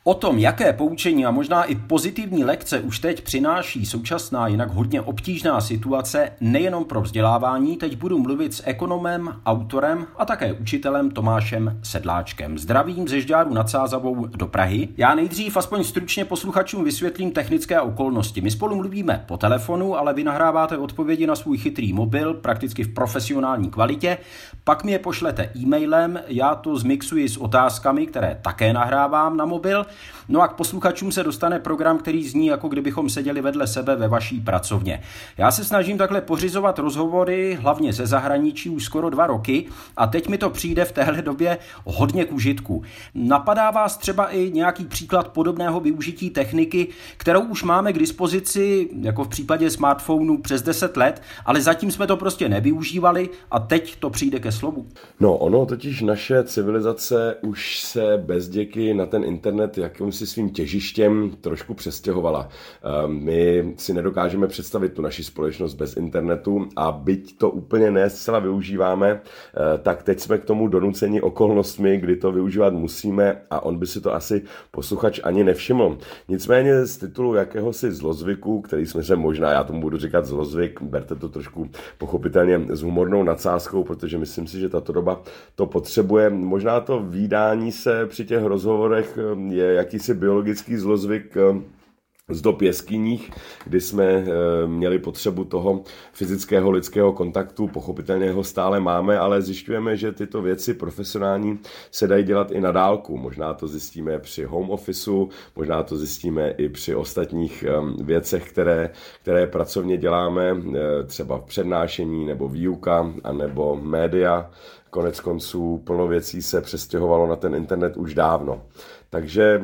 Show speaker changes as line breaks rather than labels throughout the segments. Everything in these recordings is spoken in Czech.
O tom, jaké poučení a možná i pozitivní lekce už teď přináší současná jinak hodně obtížná situace nejenom pro vzdělávání, teď budu mluvit s ekonomem, autorem a také učitelem Tomášem Sedláčkem. Zdravím ze Žďáru nad Sázavou do Prahy. Já nejdřív aspoň stručně posluchačům vysvětlím technické okolnosti. My spolu mluvíme po telefonu, ale vy nahráváte odpovědi na svůj chytrý mobil, prakticky v profesionální kvalitě, pak mi je pošlete e-mailem, já to zmixuji s otázkami, které také nahrávám na mobil. No a k posluchačům se dostane program, který zní, jako kdybychom seděli vedle sebe ve vaší pracovně. Já se snažím takhle pořizovat rozhovory, hlavně ze zahraničí, už skoro 2 roky a teď mi to přijde v téhle době hodně k užitku. Napadá vás třeba i nějaký příklad podobného využití techniky, kterou už máme k dispozici, jako v případě smartphonů, přes 10 let, ale zatím jsme to prostě nevyužívali a teď to přijde ke slovu?
No, ono totiž naše civilizace už se bezděky na ten internet jakýmsi svým těžištěm trošku přestěhovala. My si nedokážeme představit tu naši společnost bez internetu a byť to úplně ne zcela využíváme, tak teď jsme k tomu donuceni okolnostmi, kdy to využívat musíme a on by si to asi posluchač ani nevšiml. Nicméně z titulu jakéhosi zlozvyku, který jsme se možná, já tomu budu říkat zlozvyk, berte to trošku pochopitelně s humornou nadsázkou, protože myslím si, že tato doba to potřebuje. Možná to vídání se při těch rozhovorech je jakýsi biologický zlozvyk z dob jeskyních, kdy jsme měli potřebu toho fyzického lidského kontaktu, pochopitelně ho stále máme, ale zjišťujeme, že tyto věci profesionální se dají dělat i na dálku. Možná to zjistíme při home officeu, možná to zjistíme i při ostatních věcech, které pracovně děláme, třeba v přednášení nebo výuka, anebo média. Konec konců plno věcí se přestěhovalo na ten internet už dávno. Takže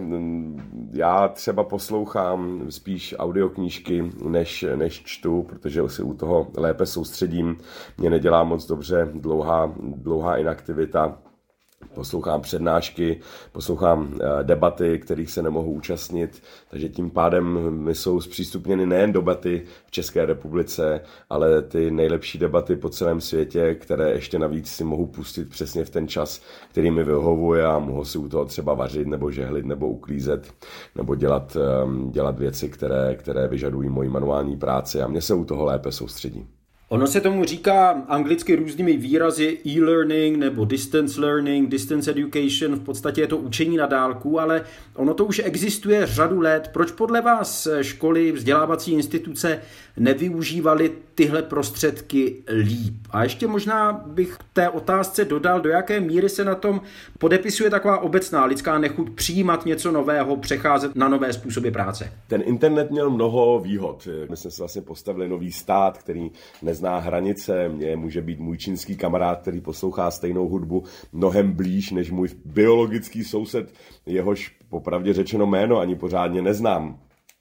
já třeba poslouchám spíš audioknížky, než čtu, protože si u toho lépe soustředím. Mě nedělá moc dobře dlouhá inaktivita. Poslouchám přednášky, poslouchám debaty, kterých se nemohu účastnit, takže tím pádem mi jsou zpřístupněny nejen debaty v České republice, ale ty nejlepší debaty po celém světě, které ještě navíc si mohu pustit přesně v ten čas, který mi vyhovuje a mohu si u toho třeba vařit nebo žehlit nebo uklízet nebo dělat věci, které vyžadují moji manuální práci a mě se u toho lépe soustředí.
Ono se tomu říká anglicky různými výrazy e-learning nebo distance learning, distance education, v podstatě je to učení na dálku, ale ono to už existuje řadu let. Proč podle vás školy, vzdělávací instituce nevyužívaly tyhle prostředky líp? A ještě možná bych k té otázce dodal, do jaké míry se na tom podepisuje taková obecná lidská nechuť přijímat něco nového, přecházet na nové způsoby práce.
Ten internet měl mnoho výhod. My jsme si vlastně postavili nový stát, který nezná hranice. Mně může být můj čínský kamarád, který poslouchá stejnou hudbu mnohem blíž než můj biologický soused, jehož popravdě řečeno jméno ani pořádně neznám.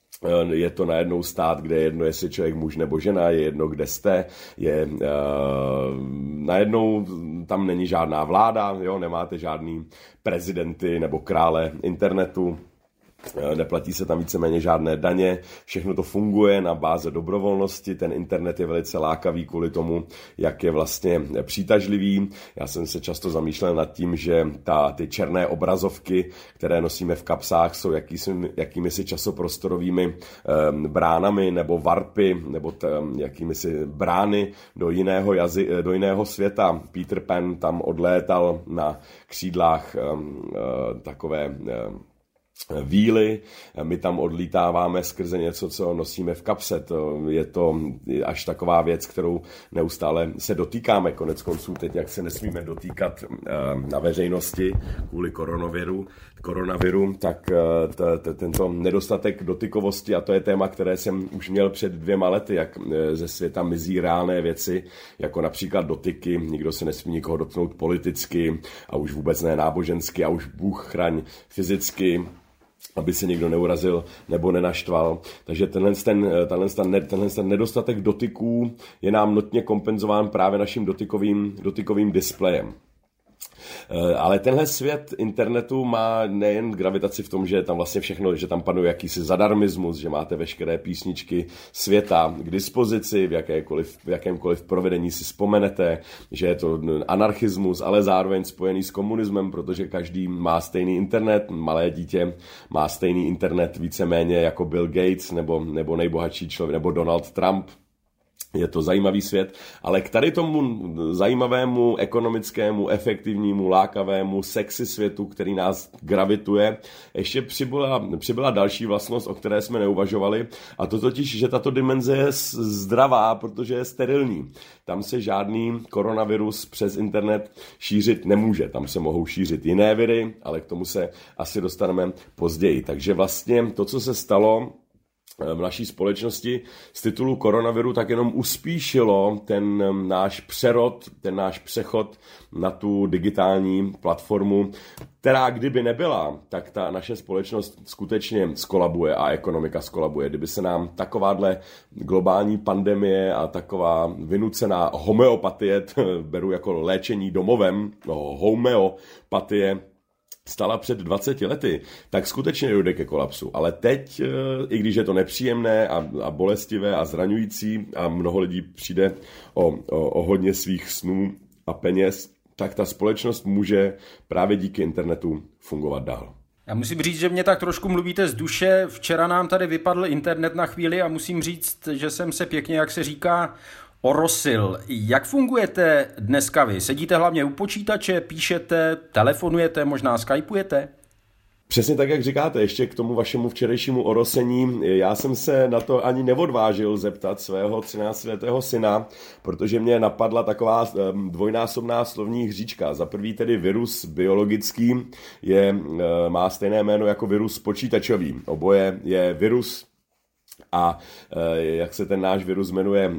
Je to najednou stát, kde je jedno, jestli člověk muž nebo žena, je jedno, kde jste, najednou tam není žádná vláda, jo, nemáte žádný prezidenty nebo krále internetu. Neplatí se tam víceméně žádné daně, všechno to funguje na báze dobrovolnosti, ten internet je velice lákavý kvůli tomu, jak je vlastně přitažlivý. Já jsem se často zamýšlel nad tím, že ty černé obrazovky, které nosíme v kapsách, jsou jakýmisi časoprostorovými bránami nebo varpy, nebo jakýmisi brány do jiného světa. Peter Pan tam odlétal na křídlách takové víly, my tam odlítáváme skrze něco, co nosíme v kapse. Je to až taková věc, kterou neustále se dotýkáme. Konec konců teď, jak se nesmíme dotýkat na veřejnosti kvůli koronaviru, tak tento nedostatek dotykovosti, a to je téma, které jsem už měl před 2 lety, jak ze světa mizí reálné věci, jako například dotyky, nikdo se nesmí nikoho dotknout politicky a už vůbec ne nábožensky a už Bůh chraň fyzicky, aby se někdo neurazil nebo nenaštval. Takže tenhle nedostatek dotyků je nám nutně kompenzován právě naším dotykovým displejem. Ale tenhle svět internetu má nejen gravitaci v tom, že je tam vlastně všechno, že tam panuje jakýsi zadarmismus, že máte veškeré písničky světa k dispozici, v jakémkoliv provedení si vzpomenete, že je to anarchismus, ale zároveň spojený s komunismem, protože každý má stejný internet, malé dítě má stejný internet víceméně jako Bill Gates nebo nejbohatší člověk, nebo Donald Trump. Je to zajímavý svět, ale k tady tomu zajímavému, ekonomickému, efektivnímu, lákavému, sexy světu, který nás gravituje, ještě přibyla další vlastnost, o které jsme neuvažovali, a to totiž, že tato dimenze je zdravá, protože je sterilní. Tam se žádný koronavirus přes internet šířit nemůže. Tam se mohou šířit jiné viry, ale k tomu se asi dostaneme později. Takže vlastně to, co se stalo v naší společnosti z titulu koronaviru, tak jenom uspíšilo ten náš přechod na tu digitální platformu, která kdyby nebyla, tak ta naše společnost skutečně skolabuje a ekonomika skolabuje. Kdyby se nám takováhle globální pandemie a taková vynucená homeopatie, beru jako léčení domovem, homeopatie, stala před 20 lety, tak skutečně dojde ke kolapsu. Ale teď, i když je to nepříjemné a bolestivé a zraňující a mnoho lidí přijde o hodně svých snů a peněz, tak ta společnost může právě díky internetu fungovat dál.
Já musím říct, že mě tak trošku mluvíte z duše. Včera nám tady vypadl internet na chvíli a musím říct, že jsem se pěkně, jak se říká, orosil. Jak fungujete dneska vy? Sedíte hlavně u počítače, píšete, telefonujete, možná skypujete?
Přesně tak, jak říkáte, ještě k tomu vašemu včerejšímu orosení. Já jsem se na to ani neodvážil zeptat svého 13letého syna, protože mě napadla taková dvojnásobná slovní hříčka. Za prvý tedy virus biologický má stejné jméno jako virus počítačový. Oboje je virus. A jak se ten náš virus jmenuje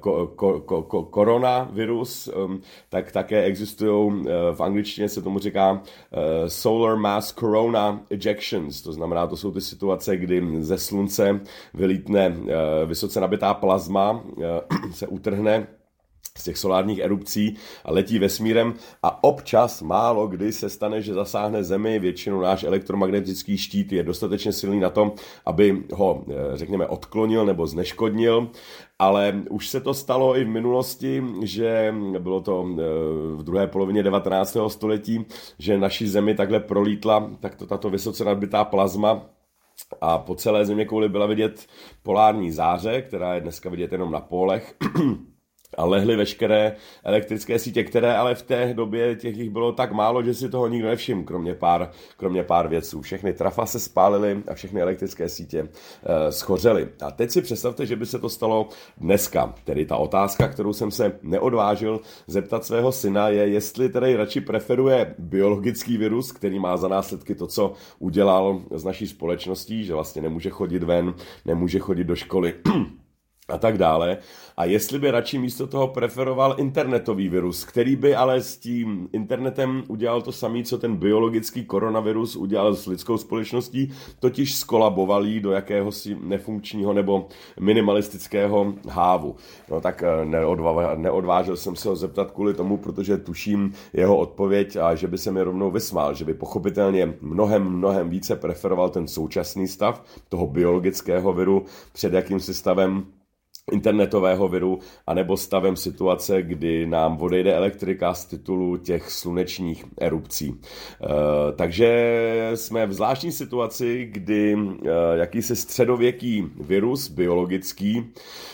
koronavirus, tak také existují, v angličtině se tomu říká solar mass corona ejections, to znamená, to jsou ty situace, kdy ze slunce vylítne vysoce nabitá plazma, se utrhne z těch solárních erupcí a letí vesmírem a občas málo kdy se stane, že zasáhne Zemi. Většinou náš elektromagnetický štít je dostatečně silný na to, aby ho, řekněme, odklonil nebo zneškodnil, ale už se to stalo i v minulosti, že bylo to v druhé polovině 19. století, že naší Zemi takhle prolítla tato vysoce nabitá plazma a po celé zeměkouli byla vidět polární záře, která je dneska vidět jenom na pólech, a lehly veškeré elektrické sítě, které ale v té době těch bylo tak málo, že si toho nikdo nevšiml, kromě pár věců. Všechny trafa se spálily a všechny elektrické sítě schořely. A teď si představte, že by se to stalo dneska. Tedy ta otázka, kterou jsem se neodvážil zeptat svého syna, je, jestli tedy radši preferuje biologický virus, který má za následky to, co udělal s naší společností, že vlastně nemůže chodit ven, nemůže chodit do školy a tak dále. A jestli by radši místo toho preferoval internetový virus, který by ale s tím internetem udělal to samé, co ten biologický koronavirus udělal s lidskou společností, totiž skolaboval jí do jakéhosi nefunkčního nebo minimalistického hávu. No tak neodvážil jsem se ho zeptat kvůli tomu, protože tuším jeho odpověď a že by se mi rovnou vysmál, že by pochopitelně mnohem více preferoval ten současný stav toho biologického viru před jakýmsi stavem internetového viru, anebo stavem situace, kdy nám odejde elektrika z titulu těch slunečních erupcí. Takže jsme v zvláštní situaci, kdy jakýsi středověký virus biologický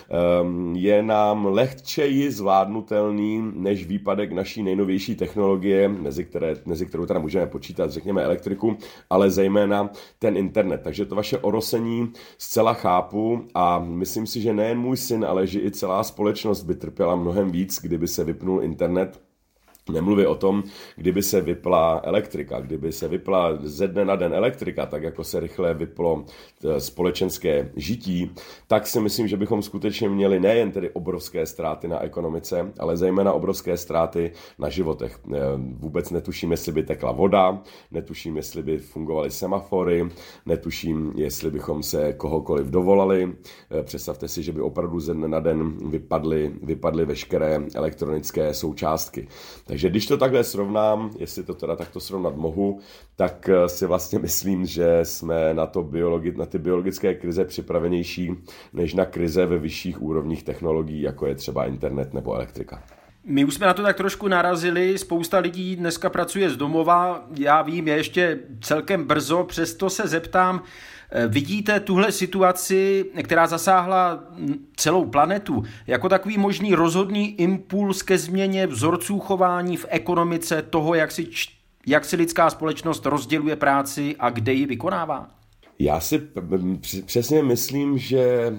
je nám lehčeji zvládnutelný než výpadek naší nejnovější technologie, mezi kterou teda můžeme počítat, řekněme, elektriku, ale zejména ten internet. Takže to vaše orosení zcela chápu a myslím si, že nejen můj syn, ale že i celá společnost by trpěla mnohem víc, kdyby se vypnul internet. Nemluvě o tom, kdyby se vypla elektrika, kdyby se vypla ze dne na den elektrika, tak jako se rychle vyplo společenské žití, tak si myslím, že bychom skutečně měli nejen tedy obrovské ztráty na ekonomice, ale zejména obrovské ztráty na životech. Vůbec netuším, jestli by tekla voda, netuším, jestli by fungovaly semafory, netuším, jestli bychom se kohokoliv dovolali. Představte si, že by opravdu ze dne na den vypadly veškeré elektronické součástky. Takže Takže když to takhle srovnám, jestli to teda takto srovnat mohu, tak si vlastně myslím, že jsme na ty biologické krize připravenější než na krize ve vyšších úrovních technologií, jako je třeba internet nebo elektrika.
My už jsme na to tak trošku narazili, spousta lidí dneska pracuje z domova, já vím, je ještě celkem brzo, přesto se zeptám, vidíte tuhle situaci, která zasáhla celou planetu, jako takový možný rozhodný impuls ke změně vzorců chování v ekonomice toho, jak si lidská společnost rozděluje práci a kde ji vykonává?
Já si přesně myslím, že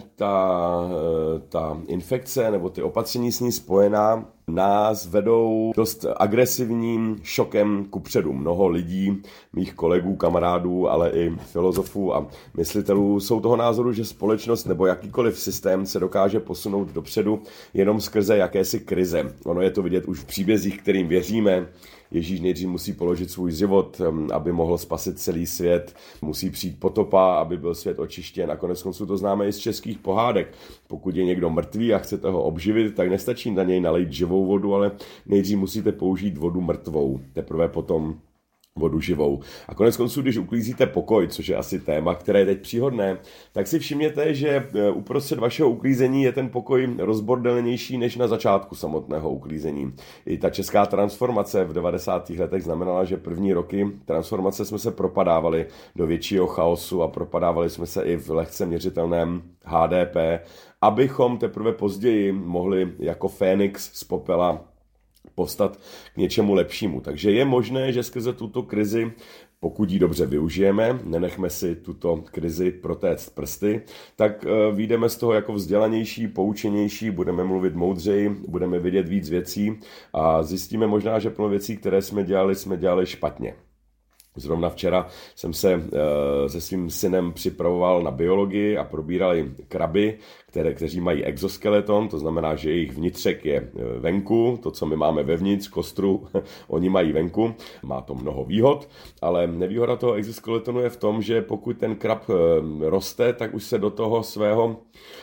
ta infekce nebo ty opatření s ní spojená nás vedou dost agresivním šokem kupředu. Mnoho lidí, mých kolegů, kamarádů, ale i filozofů a myslitelů jsou toho názoru, že společnost nebo jakýkoliv systém se dokáže posunout dopředu jenom skrze jakési krize. Ono je to vidět už v příbězích, kterým věříme. Ježíš nejdřív musí položit svůj život, aby mohl spasit celý svět. Musí přijít potopa, aby byl svět očištěn. A konec konců to známe i z českých pohádek. Pokud je někdo mrtvý a chcete ho obživit, tak nestačí na něj nalejt živou vodu, ale nejdřív musíte použít vodu mrtvou. Teprve potom vodu živou. A konec konců, když uklízíte pokoj, což je asi téma, které je teď příhodné, tak si všimněte, že uprostřed vašeho uklízení je ten pokoj rozbordelnější než na začátku samotného uklízení. I ta česká transformace v 90. letech znamenala, že první roky transformace jsme se propadávali do většího chaosu a propadávali jsme se i v lehce měřitelném HDP, abychom teprve později mohli jako Fénix z popela povstat k něčemu lepšímu. Takže je možné, že skrze tuto krizi, pokud ji dobře využijeme, nenechme si tuto krizi protéct prsty, tak vyjdeme z toho jako vzdělanější, poučenější, budeme mluvit moudřeji, budeme vidět víc věcí a zjistíme možná, že plno věcí, které jsme dělali špatně. Zrovna včera jsem se se svým synem připravoval na biologii a probírali kraby, kteří mají exoskeleton, to znamená, že jejich vnitřek je venku, to, co my máme vevnitř, kostru, oni mají venku. Má to mnoho výhod, ale nevýhoda toho exoskeletonu je v tom, že pokud ten krab roste, tak už se do toho svého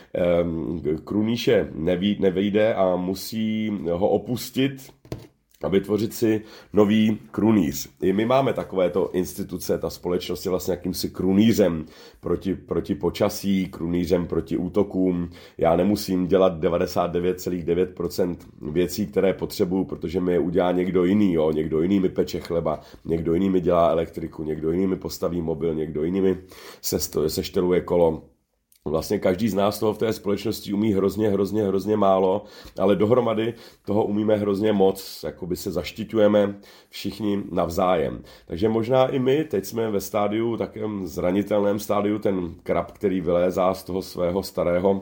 krunýše nevejde a musí ho opustit a vytvořit si nový krunýř. I my máme takovéto instituce, ta společnost je vlastně jakýmsi krunýřem proti počasí, krunýřem proti útokům. Já nemusím dělat 99,9% věcí, které potřebuju, protože mi je udělá někdo jiný. Jo? Někdo jiný mi peče chleba, někdo jiný mi dělá elektriku, někdo jiný mi postaví mobil, někdo jiný mi sešteluje kolo. Vlastně každý z nás toho v té společnosti umí hrozně málo, ale dohromady toho umíme hrozně moc, jakoby se zaštiťujeme všichni navzájem. Takže možná i my, teď jsme ve stádiu, takém zranitelném stádiu, ten krab, který vylézá z toho svého starého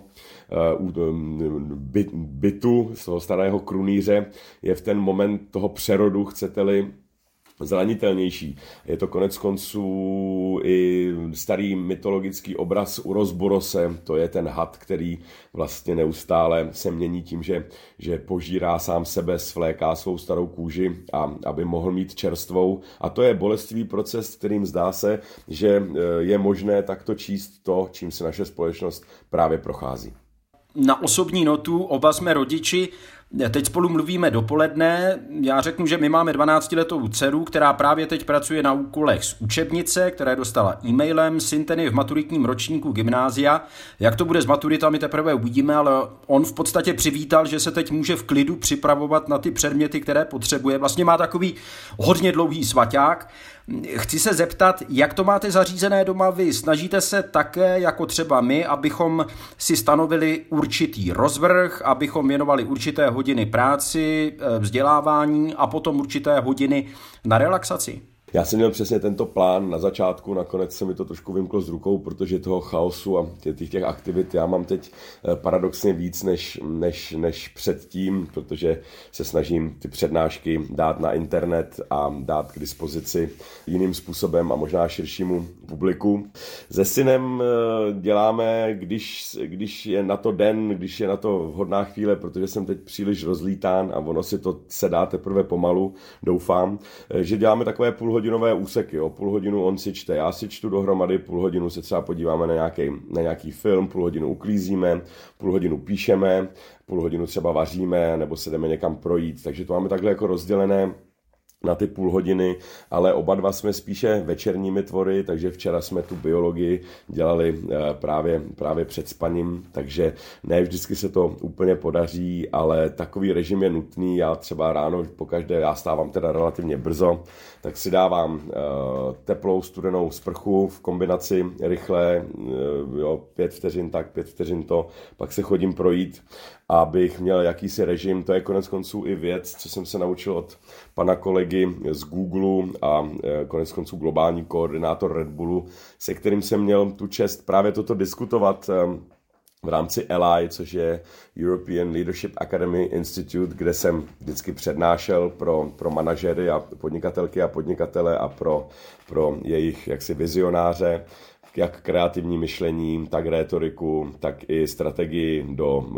bytu, z toho starého krunýře, je v ten moment toho přerodu, chcete-li, zranitelnější. Je to konec konců i starý mytologický obraz Urosborose, to je ten had, který vlastně neustále se mění tím, že požírá sám sebe, svléká svou starou kůži, aby mohl mít čerstvou. A to je bolestivý proces, kterým zdá se, že je možné takto číst to, čím se naše společnost právě prochází.
Na osobní notu, oba jsme rodiči, teď spolu mluvíme dopoledne. Já řeknu, že my máme 12letou dceru, která právě teď pracuje na úkolech z učebnice, které dostala e-mailem. Syn ten je v maturitním ročníku gymnázia. Jak to bude s maturitami, teprve uvidíme, ale on v podstatě přivítal, že se teď může v klidu připravovat na ty předměty, které potřebuje. Vlastně má takový hodně dlouhý svaťák. Chci se zeptat, jak to máte zařízené doma vy? Snažíte se také, jako třeba my, abychom si stanovili určitý rozvrh, abychom věnovali určité hodiny práci, vzdělávání a potom určité hodiny na relaxaci?
Já jsem měl přesně tento plán na začátku, nakonec se mi to trošku vymklo z rukou, protože toho chaosu a těch aktivit já mám teď paradoxně víc než předtím, protože se snažím ty přednášky dát na internet a dát k dispozici jiným způsobem a možná širšímu publiku. Se synem děláme, když je na to den, když je na to vhodná chvíle, protože jsem teď příliš rozlítán a ono si to sedá teprve pomalu, doufám, že děláme takové půlhodinové půlhodinové úseky, jo. Půl hodinu on si čte, já si čtu dohromady, půl hodinu se třeba podíváme na nějaký film, půl hodinu uklízíme, půl hodinu píšeme, půl hodinu třeba vaříme, nebo se jdeme někam projít, takže to máme takhle jako rozdělené na ty půl hodiny, ale oba dva jsme spíše večerními tvory, takže včera jsme tu biologii dělali právě před spaním, takže ne vždycky se to úplně podaří, ale takový režim je nutný. Já třeba ráno pokaždé, já stávám teda relativně brzo, tak si dávám teplou studenou sprchu v kombinaci rychle, 5 vteřin tak, 5 vteřin to, pak se chodím projít, abych měl jakýsi režim. To je konec konců i věc, co jsem se naučil od pana kolegy z Google a konec konců globální koordinátor Red Bullu, se kterým jsem měl tu čest právě toto diskutovat v rámci ELI, což je European Leadership Academy Institute, kde jsem vždycky přednášel pro manažery a podnikatelky a podnikatele a pro jejich jaksi vizionáře, jak kreativní myšlení, tak rétoriku, tak i strategii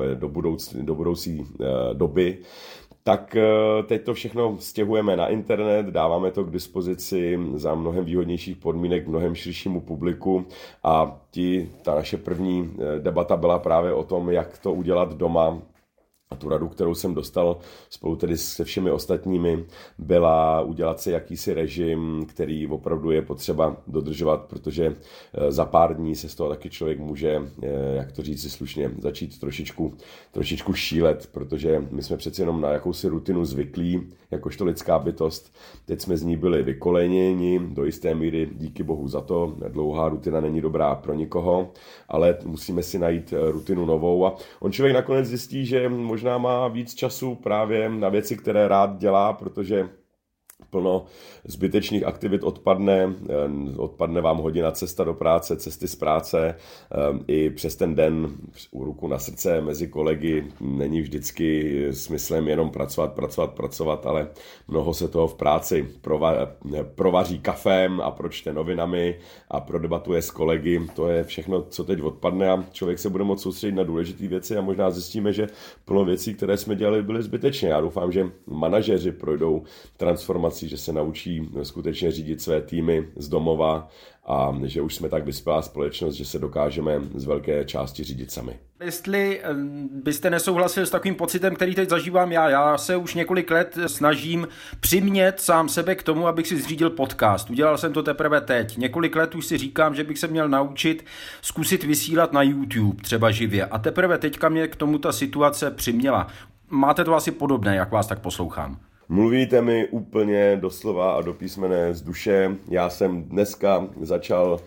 do budoucí doby. Tak teď to všechno stěhujeme na internet, dáváme to k dispozici za mnohem výhodnějších podmínek mnohem širšímu publiku a ta naše první debata byla právě o tom, jak to udělat doma. A tu radu, kterou jsem dostal spolu tedy se všemi ostatními, byla udělat si jakýsi režim, který opravdu je potřeba dodržovat, protože za pár dní se z toho taky člověk může, jak to říct si slušně, začít trošičku šílet, protože my jsme přeci jenom na jakousi rutinu zvyklí, jakožto lidská bytost. Teď jsme z ní byli vykoleněni, do jisté míry díky bohu za to. Dlouhá rutina není dobrá pro nikoho, ale musíme si najít rutinu novou a on člověk nakonec zjistí, že možná má víc času právě na věci, které rád dělá, protože plno zbytečných aktivit odpadne vám hodina cesta do práce, cesty z práce, i přes ten den u ruku na srdce mezi kolegy není vždycky smyslem jenom pracovat, ale mnoho se toho v práci provaří kafem a pročte novinami a prodebatuje s kolegy. To je všechno, co teď odpadne a člověk se bude moct soustředit na důležité věci a možná zjistíme, že plno věcí, které jsme dělali, byly zbytečné. Já doufám, že manažeři projdou transformací, že se naučí skutečně řídit své týmy z domova a že už jsme tak vyspělá společnost, že se dokážeme z velké části řídit sami.
Jestli byste nesouhlasil s takovým pocitem, který teď zažívám já se už několik let snažím přimět sám sebe k tomu, abych si zřídil podcast. Udělal jsem to teprve teď. Několik let už si říkám, že bych se měl naučit zkusit vysílat na YouTube, třeba živě. A teprve teďka mě k tomu ta situace přiměla. Máte to asi podobné, jak vás tak poslouchám.
Mluvíte mi úplně doslova a do písmene z duše. Já jsem dneska začal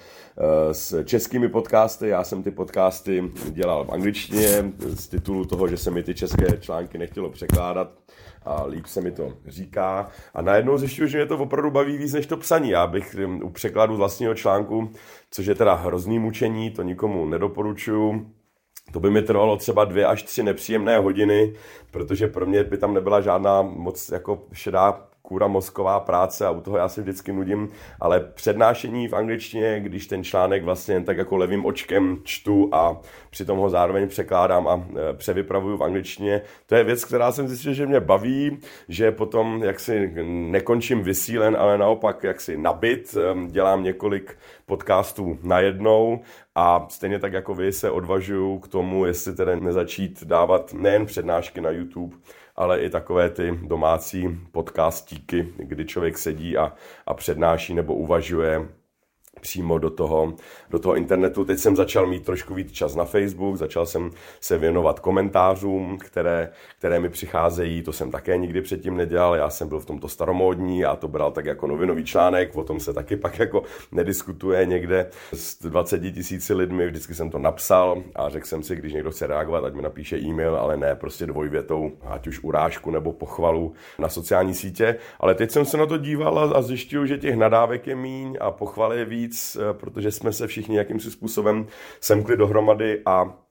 s českými podcasty. Já jsem ty podcasty dělal v angličtině z titulu toho, že se mi ty české články nechtělo překládat a líp se mi to říká. A najednou zjišťuji, že mě to opravdu baví víc než to psaní. Já bych u překladu vlastního článku, což je teda hrozný mučení, to nikomu nedoporučuju. To by mi trvalo třeba 2 až 3 nepříjemné hodiny, protože pro mě by tam nebyla žádná moc jako šedá kůra mozková práce a u toho já si vždycky nudím, ale přednášení v angličtině, když ten článek vlastně jen tak jako levým očkem čtu a přitom ho zároveň překládám a převypravuju v angličtině, to je věc, která jsem zjistil, že mě baví, že potom jaksi nekončím vysílen, ale naopak jaksi nabit, dělám několik podcastů najednou a stejně tak jako vy se odvažuju k tomu, jestli tedy nezačít dávat nejen přednášky na YouTube, ale i takové ty domácí podcastíky, kdy člověk sedí a přednáší nebo uvažuje přímo do toho internetu. Teď jsem začal mít trošku víc čas na Facebook, začal jsem se věnovat komentářům, které mi přicházejí, to jsem také nikdy předtím nedělal, já jsem byl v tomto staromódní, já to bral tak jako novinový článek, o tom se taky pak jako nediskutuje někde s 20 000 lidmi, vždycky jsem to napsal a řekl jsem si, když někdo chce reagovat, ať mi napíše e-mail, ale ne prostě dvojvětou, ať už urážku nebo pochvalu na sociální sítě, ale teď jsem se na to díval a zjišťuju, že těch nadávek je míň a pochvaly je víc, protože jsme se všichni jakýmsi způsobem semkli dohromady a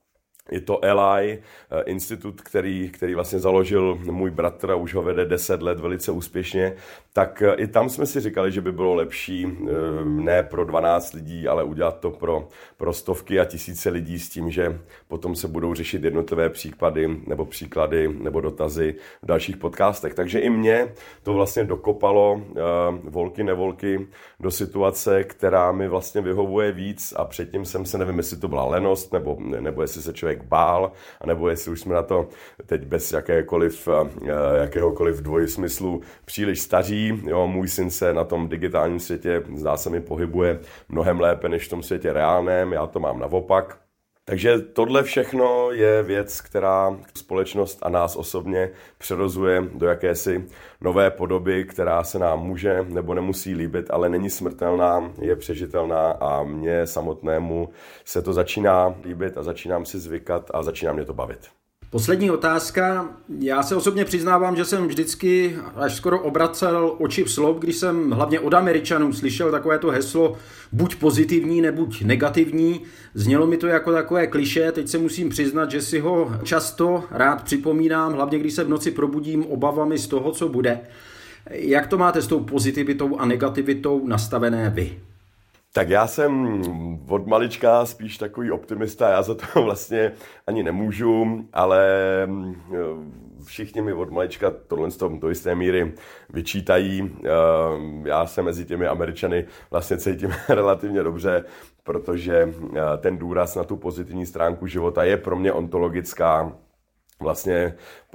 Je to Eli, institut, který vlastně založil můj bratr a už ho vede 10 let velice úspěšně, tak i tam jsme si říkali, že by bylo lepší ne pro 12 lidí, ale udělat to pro stovky a tisíce lidí s tím, že potom se budou řešit jednotlivé příklady nebo dotazy v dalších podcastech. Takže i mě to vlastně dokopalo volky nevolky do situace, která mi vlastně vyhovuje víc a předtím jsem se, nevím, jestli to byla lenost, nebo jestli se člověk bál, anebo jestli už jsme na to teď bez jakéhokoliv dvojsmyslu příliš staří. Jo, můj syn se na tom digitálním světě, zdá se mi, pohybuje mnohem lépe než v tom světě reálném, já to mám naopak. Takže tohle všechno je věc, která společnost a nás osobně přerozuje do jakési nové podoby, která se nám může nebo nemusí líbit, ale není smrtelná, je přežitelná a mně samotnému se to začíná líbit a začínám si zvykat a začíná mě to bavit.
Poslední otázka. Já se osobně přiznávám, že jsem vždycky až skoro obracel oči v sloup, když jsem hlavně od Američanů slyšel takovéto heslo buď pozitivní, nebuď negativní. Znělo mi to jako takové klišé, teď se musím přiznat, že si ho často rád připomínám, hlavně když se v noci probudím obavami z toho, co bude. Jak to máte s tou pozitivitou a negativitou nastavené vy?
Tak já jsem od malička spíš takový optimista, já za to vlastně ani nemůžu, ale všichni mi od malička tohle do jisté míry vyčítají. Já se mezi těmi Američany vlastně cítím relativně dobře, protože ten důraz na tu pozitivní stránku života je pro mě ontologická vlastně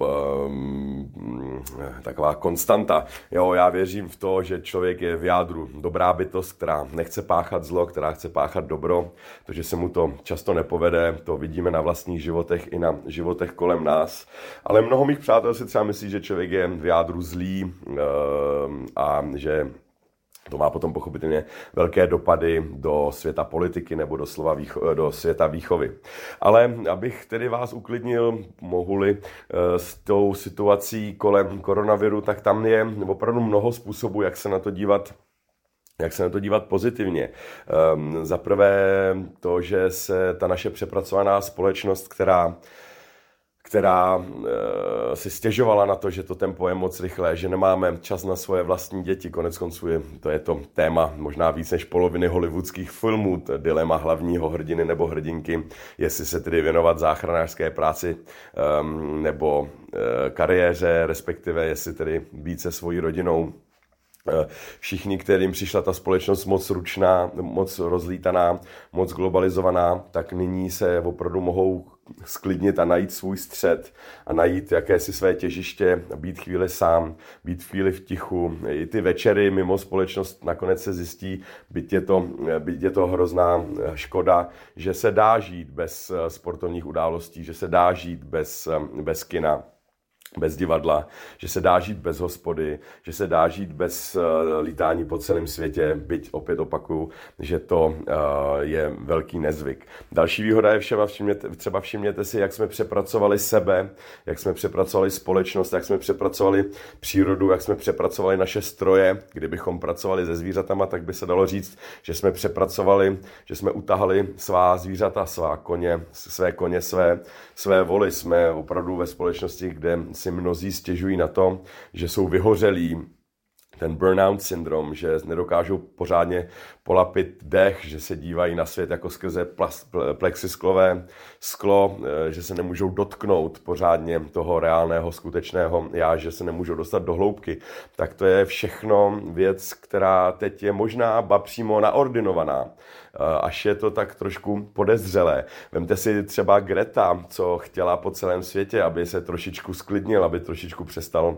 taková konstanta. Jo, já věřím v to, že člověk je v jádru dobrá bytost, která nechce páchat zlo, která chce páchat dobro. To, že se mu to často nepovede, to vidíme na vlastních životech i na životech kolem nás. Ale mnoho mých přátel si třeba myslí, že člověk je v jádru zlý a že to má potom pochopitelně velké dopady do světa politiky nebo do světa výchovy. Ale abych tedy vás uklidnil, mohu-li s tou situací kolem koronaviru, tak tam je opravdu mnoho způsobů, jak se na to dívat pozitivně. Za prvé to, že se ta naše přepracovaná společnost, která si stěžovala na to, že to tempo je moc rychlé, že nemáme čas na svoje vlastní děti. Koneckonců to je to téma možná víc než poloviny hollywoodských filmů, dilema hlavního hrdiny nebo hrdinky, jestli se tedy věnovat záchranářské práci nebo kariéře, respektive jestli tedy být se svojí rodinou. Všichni, kterým přišla ta společnost moc ručná, moc rozlítaná, moc globalizovaná, tak nyní se opravdu mohou sklidnit a najít svůj střed a najít jakési své těžiště, být chvíli sám, být chvíli v tichu. I ty večery mimo společnost nakonec se zjistí, byť je to hrozná škoda, že se dá žít bez sportovních událostí, že se dá žít bez kina, bez divadla, že se dá žít bez hospody, že se dá žít bez lítání po celém světě, byť opět opakuju, že to je velký nezvyk. Další výhoda je třeba všimněte si, jak jsme přepracovali sebe, jak jsme přepracovali společnost, jak jsme přepracovali přírodu, jak jsme přepracovali naše stroje. Kdybychom pracovali se zvířatama, tak by se dalo říct, že jsme přepracovali, že jsme utahali svá zvířata, své koně, své voly. Jsme opravdu ve společnosti, kde si mnozí stěžují na to, že jsou vyhořelí, ten burnout syndrom, že nedokážou pořádně polapit dech, že se dívají na svět jako skrze plexisklové sklo, že se nemůžou dotknout pořádně toho reálného, skutečného já, že se nemůžou dostat do hloubky. Tak to je všechno věc, která teď je možná přímo naordinovaná. Až je to tak trošku podezřelé. Vemte si třeba Greta, co chtěla po celém světě, aby se trošičku sklidnil, aby trošičku přestal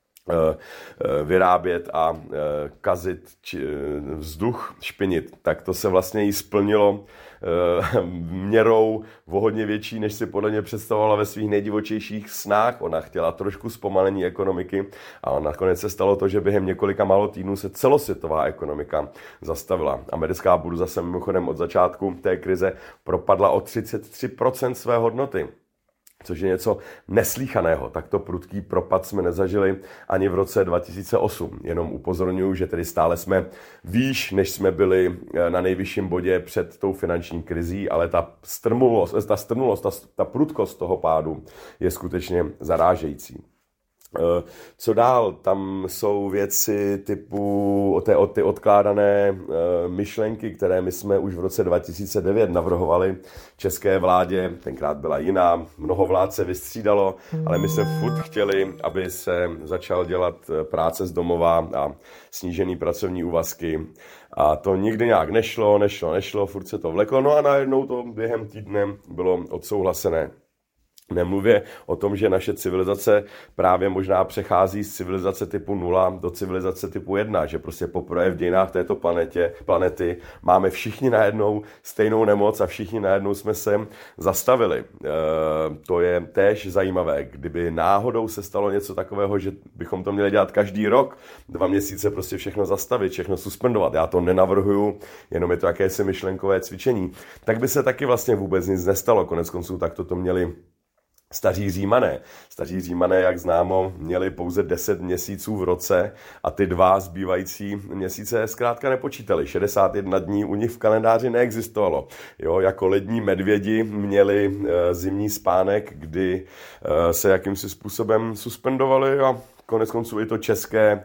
vyrábět a kazit vzduch, špinit, tak to se vlastně jí splnilo měrou o hodně větší, než si podle mě představovala ve svých nejdivočejších snách. Ona chtěla trošku zpomalení ekonomiky a nakonec se stalo to, že během několika málo týdnů se celosvětová ekonomika zastavila. Americká burza se mimochodem od začátku té krize propadla o 33% své hodnoty. což je něco neslíchaného. Takto prudký propad jsme nezažili ani v roce 2008. Jenom upozorňuji, že tedy stále jsme výš, než jsme byli na nejvyšším bodě před tou finanční krizí, ale ta strnulost, ta prudkost toho pádu je skutečně zarážející. Co dál? Tam jsou věci typu ty odkládané myšlenky, které my jsme už v roce 2009 navrhovali české vládě. Tenkrát byla jiná, mnoho vlád se vystřídalo, ale my jsme furt chtěli, aby se začal dělat práce z domova a snížený pracovní úvazky. A to nikdy nějak nešlo, furt se to vleklo, no a najednou to během týdne bylo odsouhlasené. Nemluvě o tom, že naše civilizace právě možná přechází z civilizace typu 0 do civilizace typu 1, že prostě poprvé v dějinách této planety máme všichni najednou stejnou nemoc a všichni najednou jsme se zastavili. To je též zajímavé. Kdyby náhodou se stalo něco takového, že bychom to měli dělat každý rok, 2 měsíce prostě všechno zastavit, všechno suspendovat. Já to nenavrhuju, jenom je to jakési myšlenkové cvičení. Tak by se taky vlastně vůbec nic nestalo. Koneckonců takto to měli Staří Římané, jak známo, měli pouze 10 měsíců v roce a ty 2 zbývající měsíce zkrátka nepočítali. 61 dní u nich v kalendáři neexistovalo. Jo, jako lední medvědi měli zimní spánek, kdy se jakýmsi způsobem suspendovali a koneckonců i to české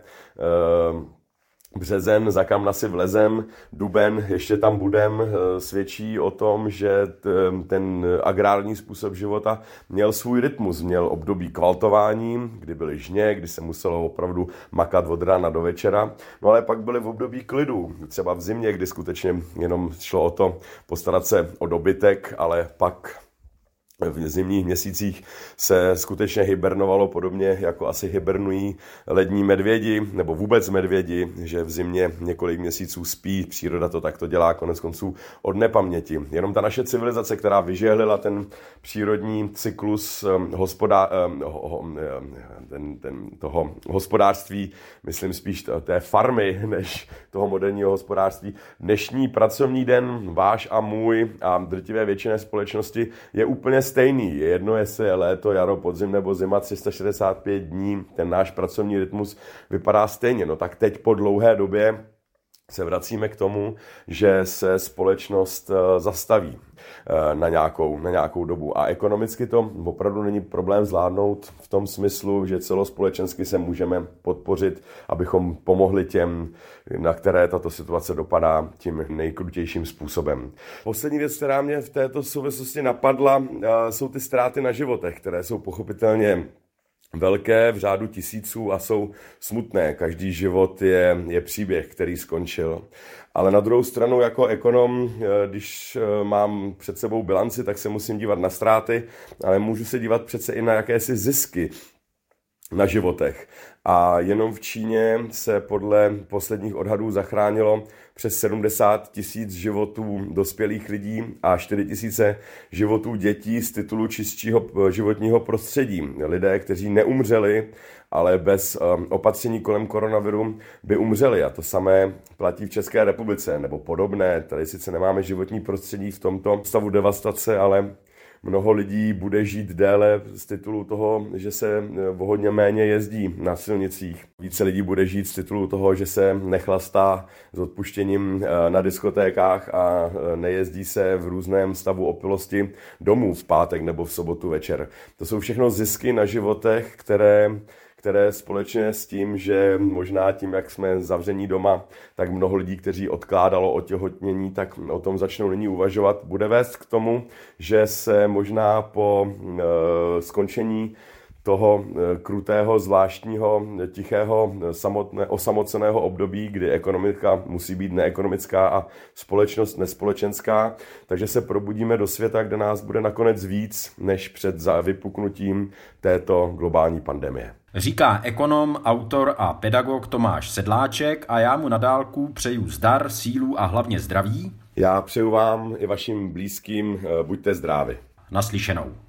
březen, za kam si vlezem, duben, ještě tam budem, svědčí o tom, že ten agrární způsob života měl svůj rytmus, měl období kvaltování, kdy byly žně, kdy se muselo opravdu makat od rána do večera, no ale pak byly v období klidu, třeba v zimě, kdy skutečně jenom šlo o to postarat se o dobytek, ale pak v zimních měsících se skutečně hibernovalo podobně, jako asi hibernují lední medvědi, nebo vůbec medvědi, že v zimě několik měsíců spí, příroda to takto dělá koneckonců od nepaměti. Jenom ta naše civilizace, která vyžehlila ten přírodní cyklus toho hospodářství, myslím spíš té farmy, než toho moderního hospodářství. Dnešní pracovní den, váš a můj a drtivé většině společnosti je úplně stejný. Je jedno, jestli je léto, jaro, podzim nebo zima, 365 dní, ten náš pracovní rytmus vypadá stejně. No tak teď po dlouhé době se vracíme k tomu, že se společnost zastaví na nějakou dobu. A ekonomicky to opravdu není problém zvládnout v tom smyslu, že celospolečensky se můžeme podpořit, abychom pomohli těm, na které tato situace dopadá tím nejkrutějším způsobem. Poslední věc, která mě v této souvislosti napadla, jsou ty ztráty na životech, které jsou pochopitelně velké, v řádu tisíců a jsou smutné. Každý život je příběh, který skončil. Ale na druhou stranu jako ekonom, když mám před sebou bilanci, tak se musím dívat na ztráty, ale můžu se dívat přece i na jakési zisky na životech. A jenom v Číně se podle posledních odhadů zachránilo přes 70 000 životů dospělých lidí a 4 000 životů dětí z titulu čistšího životního prostředí. Lidé, kteří neumřeli, ale bez opatření kolem koronaviru by umřeli. A to samé platí v České republice, nebo podobné. Tady sice nemáme životní prostředí v tomto stavu devastace, ale mnoho lidí bude žít déle z titulu toho, že se o hodně méně jezdí na silnicích. Více lidí bude žít z titulu toho, že se nechlastá s odpuštěním na diskotékách a nejezdí se v různém stavu opilosti domů v pátek nebo v sobotu večer. To jsou všechno zisky na životech, které společně s tím, že možná tím, jak jsme zavření doma, tak mnoho lidí, kteří odkládalo otěhotnění, tak o tom začnou nyní uvažovat, bude vést k tomu, že se možná po skončení toho krutého, zvláštního, tichého, osamoceného období, kdy ekonomika musí být neekonomická a společnost nespolečenská, takže se probudíme do světa, kde nás bude nakonec víc, než před vypuknutím této globální pandemie.
Říká ekonom, autor a pedagog Tomáš Sedláček a já mu na dálku přeju zdar, sílu a hlavně zdraví.
Já přeju vám i vašim blízkým, buďte zdraví.
Naslyšenou.